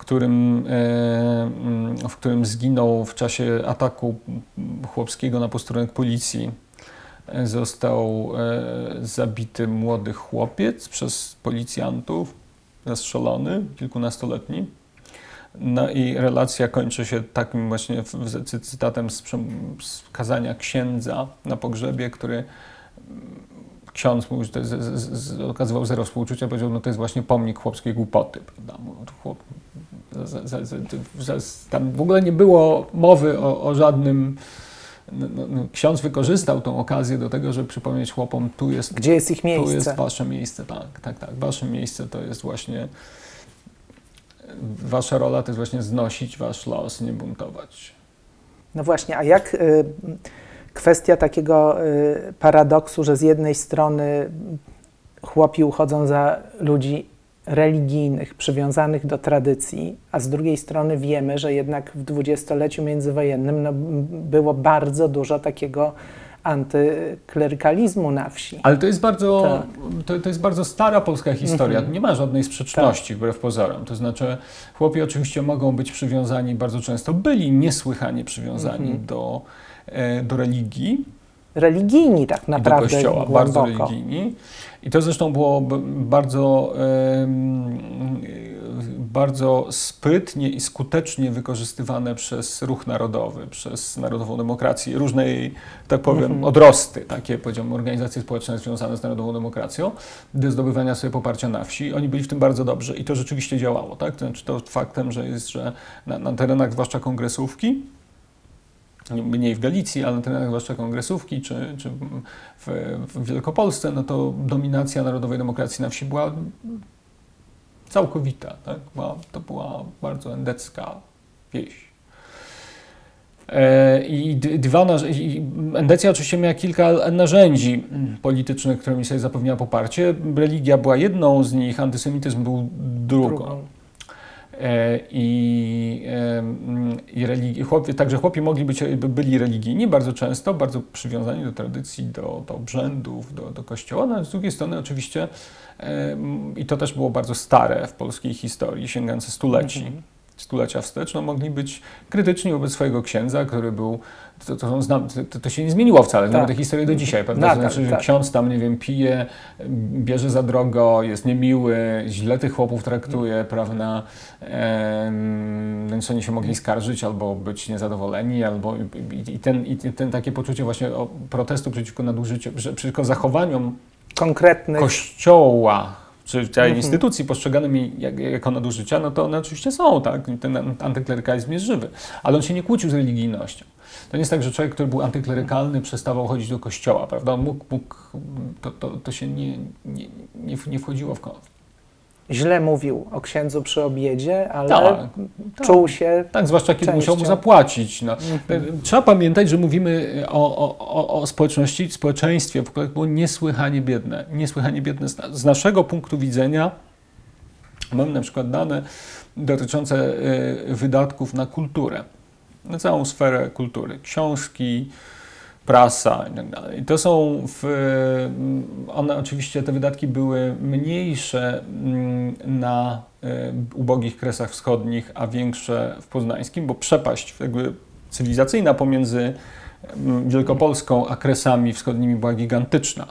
którym zginął w czasie ataku chłopskiego na posterunek policji. Został zabity młody chłopiec przez policjantów, zastrzelony, kilkunastoletni. No i relacja kończy się takim właśnie cytatem z kazania księdza na pogrzebie, który ksiądz mówił, że to okazywał zero współczucia, powiedział, no to jest właśnie pomnik chłopskiej głupoty, prawda? Tam w ogóle nie było mowy o żadnym... Ksiądz wykorzystał tą okazję do tego, żeby przypomnieć chłopom, gdzie jest ich miejsce. Tu jest wasze miejsce, tak. Wasze miejsce to jest właśnie... Wasza rola to jest właśnie znosić wasz los, nie buntować. No właśnie, a jak kwestia takiego paradoksu, że z jednej strony chłopi uchodzą za ludzi religijnych, przywiązanych do tradycji, a z drugiej strony wiemy, że jednak w dwudziestoleciu międzywojennym było bardzo dużo takiego antyklerykalizmu na wsi. Ale to jest bardzo, to jest bardzo stara polska historia. Nie ma żadnej sprzeczności wbrew pozorom. To znaczy chłopi oczywiście mogą być przywiązani, bardzo często byli niesłychanie przywiązani do religii. Religijni tak naprawdę. Do kościoła, głęboko. bardzo religijni. I to zresztą było bardzo sprytnie i skutecznie wykorzystywane przez ruch narodowy, przez Narodową Demokrację, różnej, tak powiem, odrosty, takie, powiedziałbym, organizacje społeczne związane z Narodową Demokracją, do zdobywania sobie poparcia na wsi. Oni byli w tym bardzo dobrze i to rzeczywiście działało, tak? To znaczy to faktem, że na terenach zwłaszcza kongresówki, mniej w Galicji, ale na terenach zwłaszcza kongresówki, czy w Wielkopolsce, no to dominacja Narodowej Demokracji na wsi była całkowita. Tak? To była bardzo endecka wieś. Endecja oczywiście miała kilka narzędzi politycznych, którymi sobie zapewniała poparcie. Religia była jedną z nich, antysemityzm był drugą. Także chłopi byli religijni bardzo często, bardzo przywiązani do tradycji, do obrzędów, do kościoła, no, ale z drugiej strony oczywiście, i to też było bardzo stare w polskiej historii, sięgające stulecia wstecz, no, mogli być krytyczni wobec swojego księdza, który był, to się nie zmieniło wcale, znamy tę historię do dzisiaj, prawda? To znaczy, że ksiądz tam, nie wiem, pije, bierze za drogo, jest niemiły, źle tych chłopów traktuje, prawda? Więc oni się mogli skarżyć albo być niezadowoleni, albo ten takie poczucie właśnie protestu przeciwko nadużyciu, przeciwko zachowaniom konkretnych kościoła, czy tej instytucji postrzeganym jako nadużycia, no to one oczywiście są, tak? Ten antyklerykalizm jest żywy, ale on się nie kłócił z religijnością. To nie jest tak, że człowiek, który był antyklerykalny, przestawał chodzić do kościoła, prawda? To się nie wchodziło w konflikt. źle mówił o księdzu przy obiedzie, ale Tak, czuł się tak, zwłaszcza kiedy częścią. musiał mu zapłacić. No. Trzeba pamiętać, że mówimy o społeczeństwie, które było niesłychanie biedne. Niesłychanie biedne z naszego punktu widzenia. Mamy na przykład dane dotyczące wydatków na kulturę, na całą sferę kultury, książki, prasa i tak dalej. To są one oczywiście, te wydatki były mniejsze na ubogich Kresach Wschodnich, a większe w Poznańskim, bo przepaść jakby cywilizacyjna pomiędzy Wielkopolską a Kresami Wschodnimi była gigantyczna.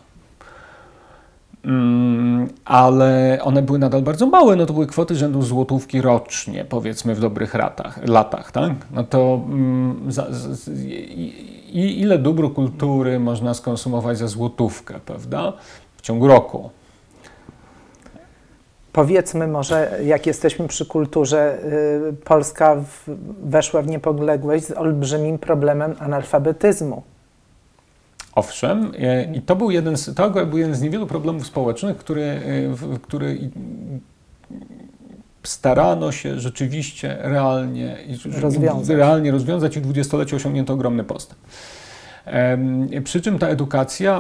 Ale one były nadal bardzo małe, no to były kwoty rzędu złotówki rocznie, powiedzmy w dobrych latach, tak? No to ile dóbr kultury można skonsumować za złotówkę, prawda? W ciągu roku. Powiedzmy może, jak jesteśmy przy kulturze, Polska weszła w niepodległość z olbrzymim problemem analfabetyzmu. Owszem, i to był jeden z niewielu problemów społecznych, który starano się rzeczywiście realnie rozwiązać i w dwudziestoleciu osiągnięto ogromny postęp. Przy czym ta edukacja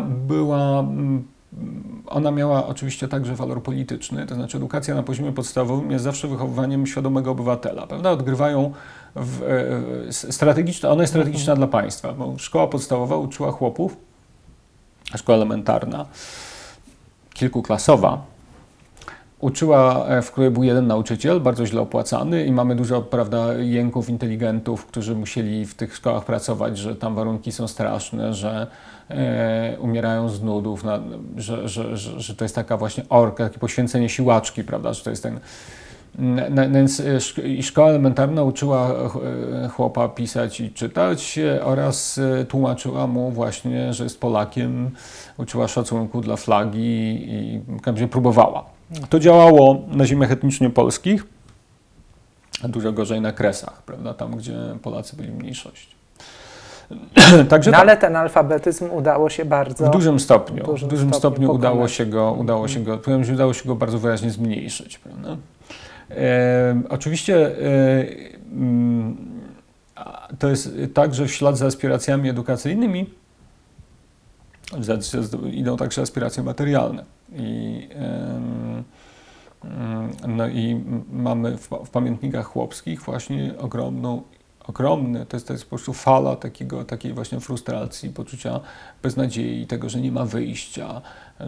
ona miała oczywiście także walor polityczny, to znaczy edukacja na poziomie podstawowym jest zawsze wychowywaniem świadomego obywatela, prawda? Odgrywają strategiczne, ona jest strategiczna dla państwa, bo szkoła podstawowa uczyła chłopów, a szkoła elementarna, kilkuklasowa, uczyła, w której był jeden nauczyciel, bardzo źle opłacany i mamy dużo, prawda, jęków, inteligentów, którzy musieli w tych szkołach pracować, że tam warunki są straszne, że umierają z nudów, że to jest taka właśnie orka, takie poświęcenie siłaczki, prawda, że to jest ten... Więc szkoła elementarna uczyła chłopa pisać i czytać oraz tłumaczyła mu właśnie, że jest Polakiem, uczyła szacunku dla flagi i próbowała. To działało na ziemiach etnicznie polskich, a dużo gorzej na Kresach, prawda, tam gdzie Polacy byli mniejszością. Także no, ale ten alfabetyzm udało się bardzo... W dużym stopniu udało się go bardzo wyraźnie zmniejszyć, prawda? Oczywiście to jest tak, że w ślad za aspiracjami edukacyjnymi idą także aspiracje materialne. No i mamy w pamiętnikach chłopskich właśnie ogromny, to jest po prostu fala takiej właśnie frustracji, poczucia beznadziei, tego, że nie ma wyjścia,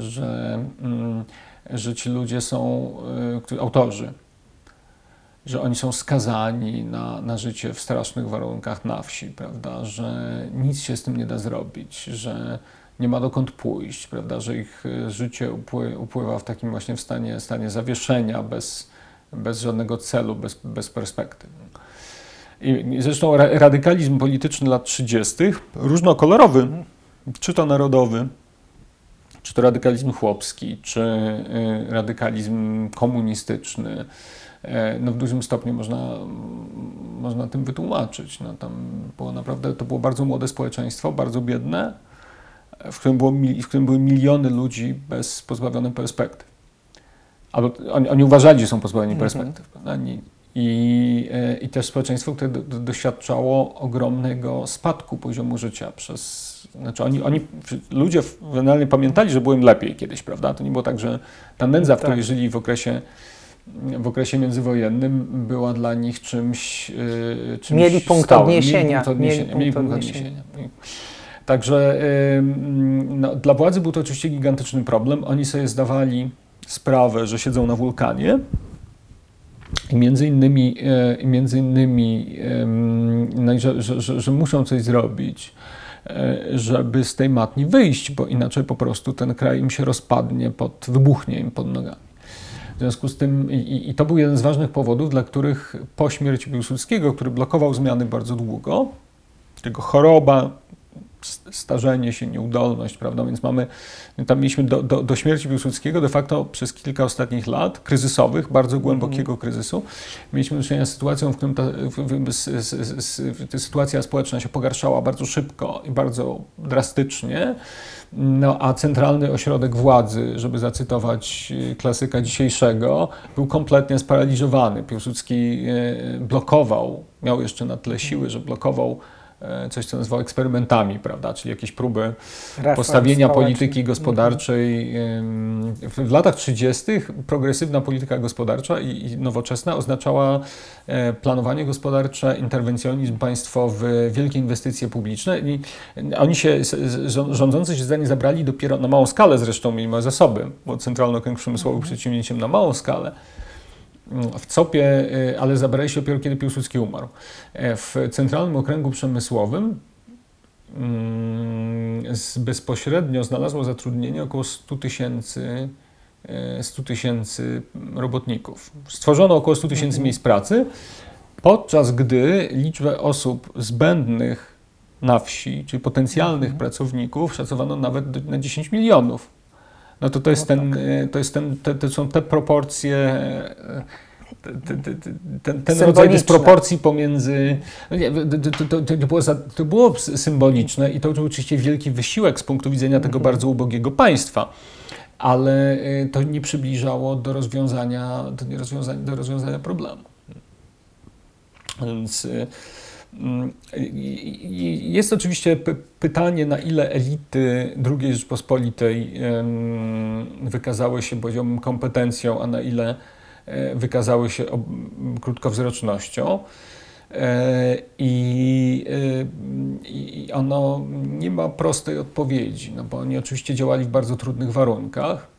że ci ludzie są, autorzy, że oni są skazani na życie w strasznych warunkach na wsi, prawda, że nic się z tym nie da zrobić, że nie ma dokąd pójść, prawda, że ich życie upływa w takim właśnie stanie zawieszenia, bez żadnego celu, bez perspektyw. I zresztą radykalizm polityczny lat 30., różnokolorowy, czy to narodowy, czy to radykalizm chłopski, czy radykalizm komunistyczny, no w dużym stopniu można tym wytłumaczyć. No tam było naprawdę, to było bardzo młode społeczeństwo, bardzo biedne, w którym były miliony ludzi pozbawionych perspektyw. Albo oni uważali, że są pozbawieni perspektyw. I też społeczeństwo, które doświadczało ogromnego spadku poziomu życia znaczy ludzie generalnie pamiętali, że było im lepiej kiedyś, prawda? To nie było tak, że ta nędza, w której żyli w okresie międzywojennym była dla nich czymś mieli punkt odniesienia. Mieli punkt odniesienia. Także no, dla władzy był to oczywiście gigantyczny problem. Oni sobie zdawali sprawę, że siedzą na wulkanie i między innymi no, że muszą coś zrobić, żeby z tej matni wyjść, bo inaczej po prostu ten kraj im się rozpadnie, wybuchnie im pod nogami. W związku z tym, i to był jeden z ważnych powodów, dla których po śmierci Piłsudskiego, który blokował zmiany bardzo długo, jego choroba starzenie się, nieudolność, prawda? Więc tam mieliśmy do śmierci Piłsudskiego de facto przez kilka ostatnich lat kryzysowych, bardzo głębokiego kryzysu, mieliśmy do czynienia z sytuacją, w którym ta sytuacja społeczna się pogarszała bardzo szybko i bardzo drastycznie, no a centralny ośrodek władzy, żeby zacytować klasyka dzisiejszego, był kompletnie sparaliżowany. Piłsudski blokował, miał jeszcze na tyle siły, że blokował coś, co nazywał eksperymentami, prawda, czyli jakieś próby postawienia polityki gospodarczej. W latach 30. progresywna polityka gospodarcza i nowoczesna oznaczała planowanie gospodarcze, interwencjonizm państwowy, wielkie inwestycje publiczne. I oni rządzący się za nie zabrali dopiero na małą skalę, zresztą mieli małe zasoby, bo Centralny Okręg Przemysłowy przedsięwzięciem na małą skalę. W COP-ie, ale zabrali się dopiero, kiedy Piłsudski umarł. W Centralnym Okręgu Przemysłowym bezpośrednio znalazło zatrudnienie około 100 tysięcy robotników. Stworzono około 100 tysięcy miejsc pracy, podczas gdy liczbę osób zbędnych na wsi, czyli potencjalnych pracowników, szacowano nawet na 10 milionów. No to są te proporcje, ten rodzaj dysproporcji pomiędzy... To było symboliczne i to był oczywiście wielki wysiłek z punktu widzenia tego bardzo ubogiego państwa, ale to nie przybliżało do rozwiązania problemu. Więc jest oczywiście pytanie, na ile elity II Rzeczpospolitej wykazały się poziomem kompetencją, a na ile wykazały się krótkowzrocznością. I ono nie ma prostej odpowiedzi, no bo oni oczywiście działali w bardzo trudnych warunkach,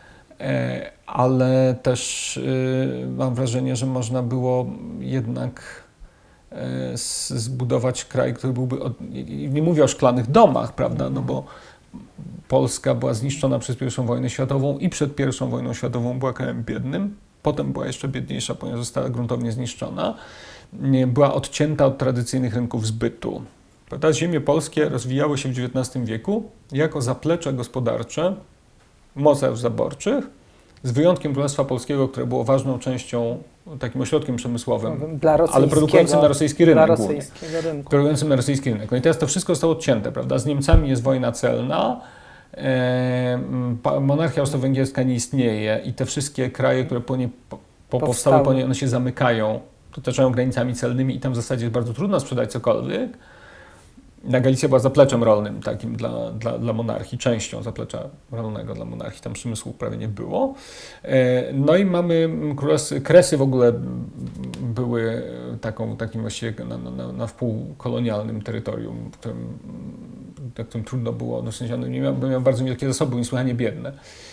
ale też mam wrażenie, że można było jednak zbudować kraj, który byłby, nie mówię o szklanych domach, prawda, no bo Polska była zniszczona przez I wojnę światową i przed I wojną światową była krajem biednym, potem była jeszcze biedniejsza, ponieważ została gruntownie zniszczona, była odcięta od tradycyjnych rynków zbytu. Prawda? Ziemie polskie rozwijały się w XIX wieku jako zaplecze gospodarcze mocarstw zaborczych, z wyjątkiem Królestwa Polskiego, które było ważną częścią, takim ośrodkiem przemysłowym, ale produkującym na rosyjski rynek produkującym na rosyjski rynek. No i teraz to wszystko zostało odcięte, prawda? Z Niemcami jest wojna celna, monarchia austro-węgierska nie istnieje i te wszystkie kraje, które powstały po niej, one się zamykają, otaczają granicami celnymi i tam w zasadzie jest bardzo trudno sprzedać cokolwiek. Galicja była zapleczem rolnym takim dla monarchii, częścią zaplecza rolnego dla monarchii, tam przemysłu prawie nie było. No i mamy Kresy w ogóle były takim właściwie na wpół kolonialnym terytorium, na którym trudno było, no w sensie miał bardzo wielkie zasoby, niesłychanie biedne.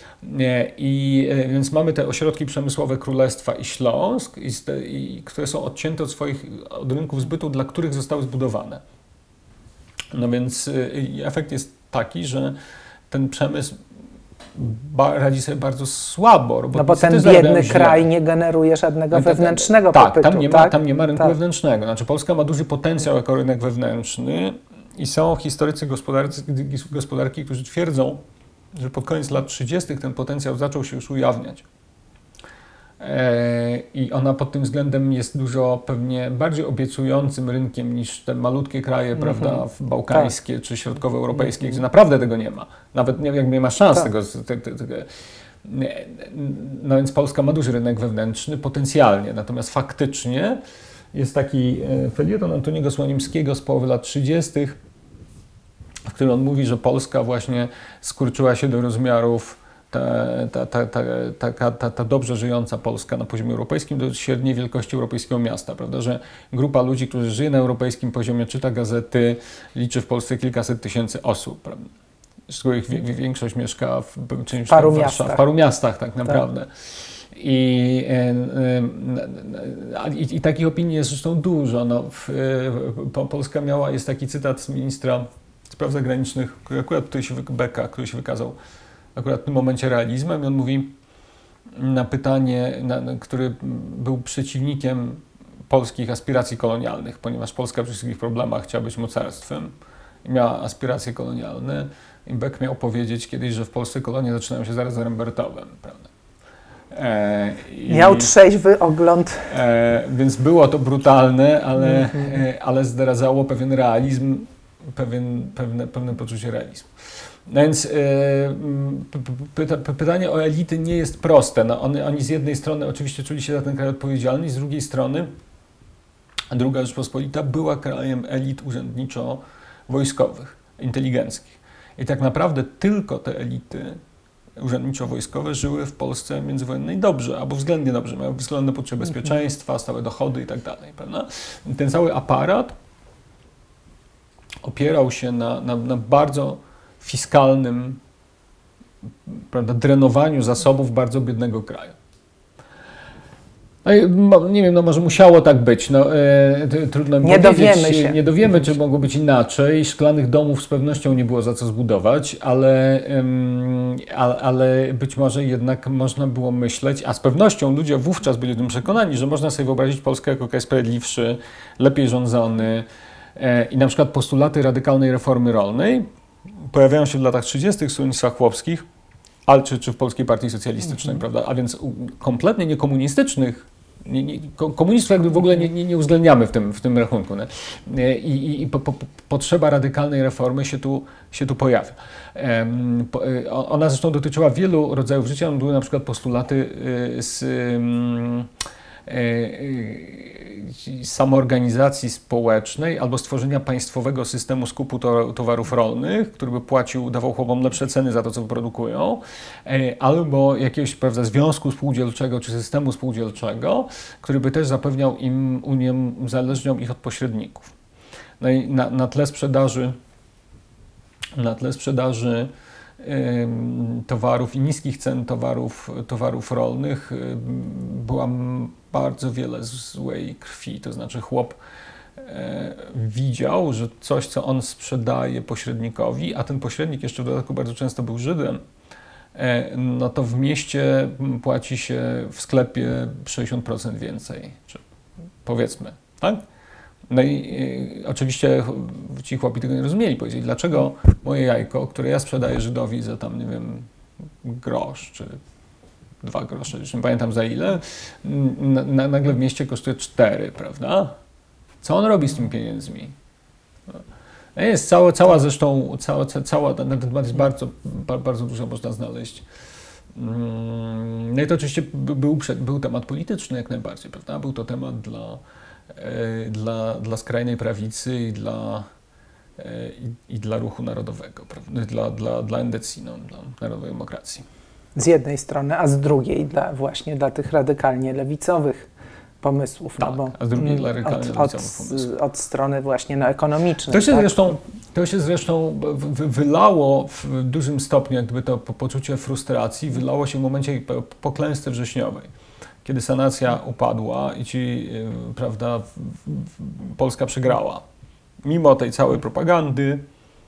Więc mamy te ośrodki przemysłowe Królestwa i Śląsk, które są odcięte od rynków zbytu, dla których zostały zbudowane. No więc efekt jest taki, że ten przemysł radzi sobie bardzo słabo. No bo ten biedny kraj nie generuje żadnego wewnętrznego popytu. Tam nie ma rynku wewnętrznego. Znaczy Polska ma duży potencjał jako rynek wewnętrzny i są historycy gospodarki, którzy twierdzą, że pod koniec lat 30. ten potencjał zaczął się już ujawniać. I ona pod tym względem jest dużo pewnie bardziej obiecującym rynkiem niż te malutkie kraje, prawda, bałkańskie czy środkowoeuropejskie, gdzie naprawdę tego nie ma. Nawet nie ma szans tego. No więc Polska ma duży rynek wewnętrzny potencjalnie, natomiast faktycznie jest taki felieton Antoniego Słonimskiego z połowy lat 30., w którym on mówi, że Polska właśnie skurczyła się do rozmiarów ta dobrze żyjąca Polska na poziomie europejskim do średniej wielkości europejskiego miasta, prawda, że grupa ludzi, którzy żyje na europejskim poziomie, czyta gazety, liczy w Polsce kilkaset tysięcy osób, prawda, z których większość mieszka w paru miastach tak naprawdę. Tak. I takich opinii jest zresztą dużo. No, Polska jest taki cytat z ministra spraw zagranicznych, który akurat tutaj Beka, który się wykazał akurat w tym momencie realizmem, i on mówi na pytanie, który był przeciwnikiem polskich aspiracji kolonialnych, ponieważ Polska przy wszystkich problemach chciała być mocarstwem i miała aspiracje kolonialne. I Beck miał powiedzieć kiedyś, że w Polsce kolonie zaczynają się zaraz z Rembertowem, prawda? Miał trzeźwy ogląd. Więc było to brutalne, ale zdradzało pewien realizm, pewne poczucie realizmu. No więc pytanie o elity nie jest proste. No oni z jednej strony oczywiście czuli się za ten kraj odpowiedzialni, z drugiej strony Druga Rzeczpospolita była krajem elit urzędniczo-wojskowych, inteligenckich. I tak naprawdę tylko te elity urzędniczo-wojskowe żyły w Polsce międzywojennej dobrze, albo względnie dobrze, miały względne poczucie bezpieczeństwa, stałe dochody i tak dalej. Ten cały aparat opierał się na bardzo fiskalnym, prawda, drenowaniu zasobów bardzo biednego kraju. No, nie wiem, no może musiało tak być. No, trudno mi powiedzieć. Dowiemy się. Nie dowiemy, czy mogło być inaczej. Szklanych domów z pewnością nie było za co zbudować, ale być może jednak można było myśleć, a z pewnością ludzie wówczas byli o tym przekonani, że można sobie wyobrazić Polskę jako kraj sprawiedliwszy, lepiej rządzony i na przykład postulaty radykalnej reformy rolnej pojawiają się w latach 30. w stronnictwach chłopskich, ale czy w Polskiej Partii Socjalistycznej, prawda? A więc kompletnie niekomunistycznych. Komunistów jakby w ogóle nie uwzględniamy w tym rachunku. I potrzeba radykalnej reformy się tu pojawia. Ona zresztą dotyczyła wielu rodzajów życia. Były na przykład postulaty z samoorganizacji społecznej albo stworzenia państwowego systemu skupu towarów rolnych, który by dawał chłopom lepsze ceny za to, co wyprodukują, albo jakiegoś, prawda, związku spółdzielczego czy systemu spółdzielczego, który by też zapewniał im uzależniał ich od pośredników. No i na tle sprzedaży towarów i niskich cen towarów rolnych była bardzo wiele złej krwi. To znaczy chłop widział, że coś, co on sprzedaje pośrednikowi, a ten pośrednik jeszcze w dodatku bardzo często był Żydem, no to w mieście płaci się w sklepie 60% więcej, czy powiedzmy, tak? No i oczywiście ci chłopi tego nie rozumieli. Powiedzieli, dlaczego moje jajko, które ja sprzedaję Żydowi za tam, nie wiem, grosz, czy 2 grosze, już nie pamiętam za ile, nagle w mieście kosztuje 4, prawda? Co on robi z tymi pieniędzmi? No jest na ten temat jest bardzo dużo można znaleźć. No i to oczywiście był temat polityczny jak najbardziej, prawda? Był to temat dla skrajnej prawicy i dla ruchu narodowego, dla NDC, dla Narodowej Demokracji. Z jednej strony, a z drugiej dla tych radykalnie lewicowych pomysłów. Tak, a z drugiej dla radykalnie lewicowych pomysłów. Od strony właśnie ekonomicznej. To się zresztą wylało w dużym stopniu, jak gdyby to poczucie frustracji wylało się w momencie po klęsce wrześniowej, kiedy sanacja upadła i prawda, Polska przegrała. Mimo tej całej propagandy,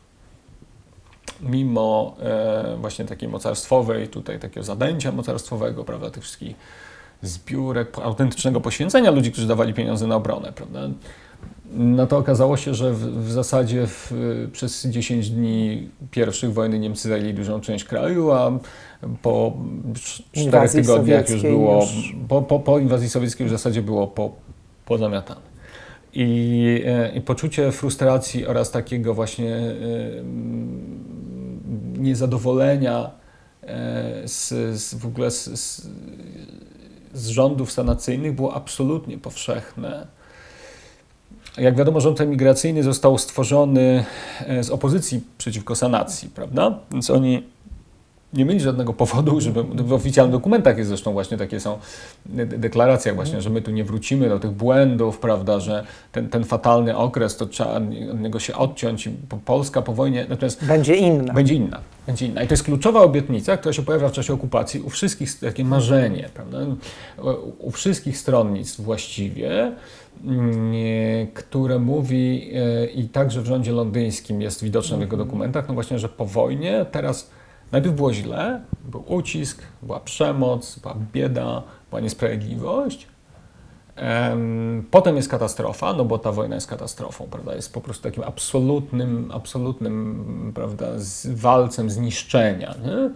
mimo właśnie takiej mocarstwowej, tutaj takiego zadęcia mocarstwowego, prawda, tych wszystkich zbiórek, autentycznego poświęcenia ludzi, którzy dawali pieniądze na obronę, prawda. No to okazało się, że w zasadzie przez 10 dni pierwszych wojny Niemcy zajęli dużą część kraju, a po 4 tygodniach już było, po inwazji sowieckiej już w zasadzie było pozamiatane. I poczucie frustracji oraz takiego właśnie niezadowolenia w ogóle z rządów sanacyjnych było absolutnie powszechne. Jak wiadomo, rząd emigracyjny został stworzony z opozycji przeciwko sanacji, prawda? Więc oni nie mieli żadnego powodu, żeby w oficjalnych dokumentach jest zresztą właśnie takie są deklaracje właśnie, że my tu nie wrócimy do tych błędów, prawda, że ten fatalny okres, to trzeba od niego się odciąć i Polska po wojnie natomiast będzie inna. I to jest kluczowa obietnica, która się pojawia w czasie okupacji u wszystkich, takie marzenie, prawda, u wszystkich stronnictw właściwie, które mówi i także w rządzie londyńskim jest widoczne w jego dokumentach, no właśnie, że po wojnie teraz najpierw było źle, był ucisk, była przemoc, była bieda, była niesprawiedliwość, Potem jest katastrofa, no bo ta wojna jest katastrofą, prawda? Jest po prostu takim absolutnym, prawda, walcem zniszczenia, nie?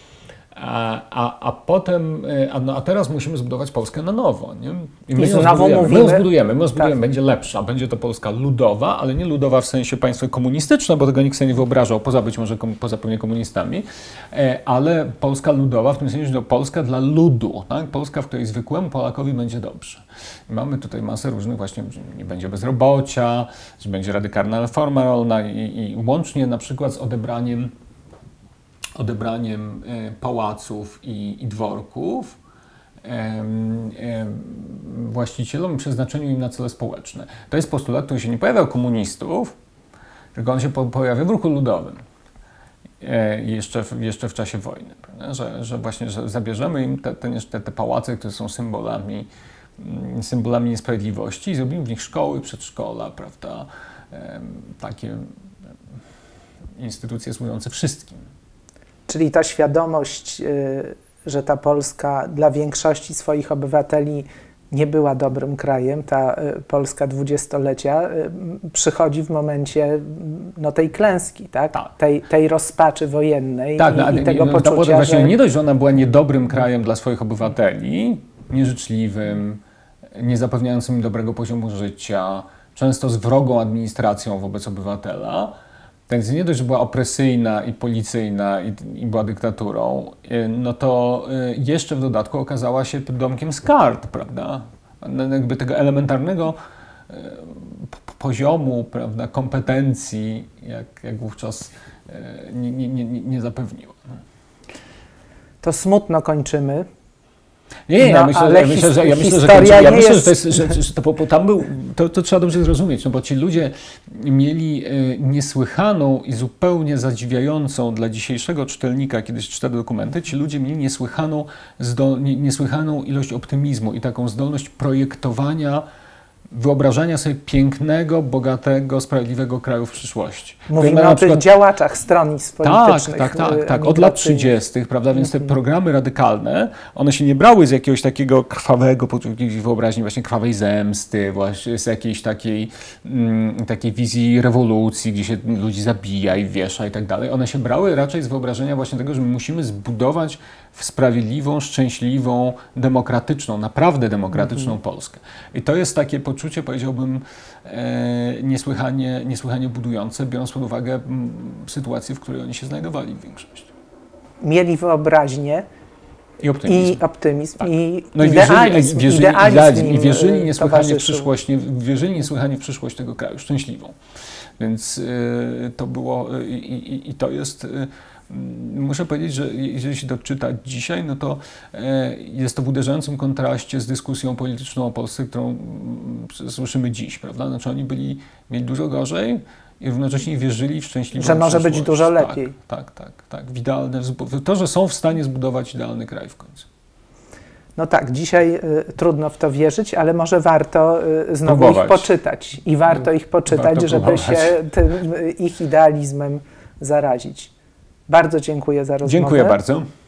A potem, a teraz musimy zbudować Polskę na nowo, nie? I my ją zbudujemy, tak. Będzie lepsza, będzie to Polska ludowa, ale nie ludowa w sensie państwo komunistyczne, bo tego nikt sobie nie wyobrażał, poza pewnie komunistami, ale Polska ludowa w tym sensie, że to Polska dla ludu, tak? Polska, w której zwykłemu Polakowi będzie dobrze. I mamy tutaj masę różnych właśnie, że nie będzie bezrobocia, że będzie radykalna reforma rolna i łącznie na przykład z odebraniem pałaców i dworków właścicielom i przeznaczeniu im na cele społeczne. To jest postulat, który się nie pojawia u komunistów, tylko on się pojawia w ruchu ludowym. Jeszcze w czasie wojny. Że właśnie że zabierzemy im te pałace, które są symbolami niesprawiedliwości i zrobimy w nich szkoły, przedszkola, prawda? Takie instytucje służące wszystkim. Czyli ta świadomość, że ta Polska dla większości swoich obywateli nie była dobrym krajem, ta Polska dwudziestolecia przychodzi w momencie tej klęski, tak? Tak. Tej rozpaczy wojennej i tego poczucia, właśnie że... nie dość, że ona była niedobrym krajem dla swoich obywateli, nieżyczliwym, niezapewniającym im dobrego poziomu życia, często z wrogą administracją wobec obywatela. Więc nie dość, że była opresyjna i policyjna i była dyktaturą, no to jeszcze w dodatku okazała się domkiem z kart, prawda? Jakby tego elementarnego poziomu, prawda, kompetencji, jak wówczas nie zapewniła. To smutno kończymy. Ja myślę, że to trzeba dobrze zrozumieć, no bo ci ludzie mieli niesłychaną i zupełnie zadziwiającą dla dzisiejszego czytelnika, kiedy się czyta dokumenty, ci ludzie mieli niesłychaną ilość optymizmu i taką zdolność projektowania, wyobrażania sobie pięknego, bogatego, sprawiedliwego kraju w przyszłości. Mówimy o tych działaczach stronnictw politycznych. Tak. Od lat 30., prawda? Więc te programy radykalne, one się nie brały z jakiegoś takiego krwawego wyobraźni, właśnie krwawej zemsty, właśnie z jakiejś takiej wizji rewolucji, gdzie się ludzi zabija i wiesza i tak dalej. One się brały raczej z wyobrażenia właśnie tego, że my musimy zbudować sprawiedliwą, szczęśliwą, demokratyczną, naprawdę demokratyczną Polskę. I to jest takie poczucie, powiedziałbym, niesłychanie budujące, biorąc pod uwagę sytuację, w której oni się znajdowali w większości. Mieli wyobraźnię i optymizm, tak. I no idealizm. I wierzyli niesłychanie w przyszłość tego kraju, szczęśliwą. Więc to było i to jest... Muszę powiedzieć, że jeżeli się to czyta dzisiaj, no to jest to w uderzającym kontraście z dyskusją polityczną o Polsce, którą słyszymy dziś, prawda? Znaczy oni mieli dużo gorzej i równocześnie wierzyli w szczęśliwą że może być dużo lepiej. Tak. W to, że są w stanie zbudować idealny kraj w końcu. No tak, dzisiaj trudno w to wierzyć, ale może warto znowu ich poczytać. I warto ich poczytać, żeby się tym ich idealizmem zarazić. Bardzo dziękuję za rozmowę. Dziękuję bardzo.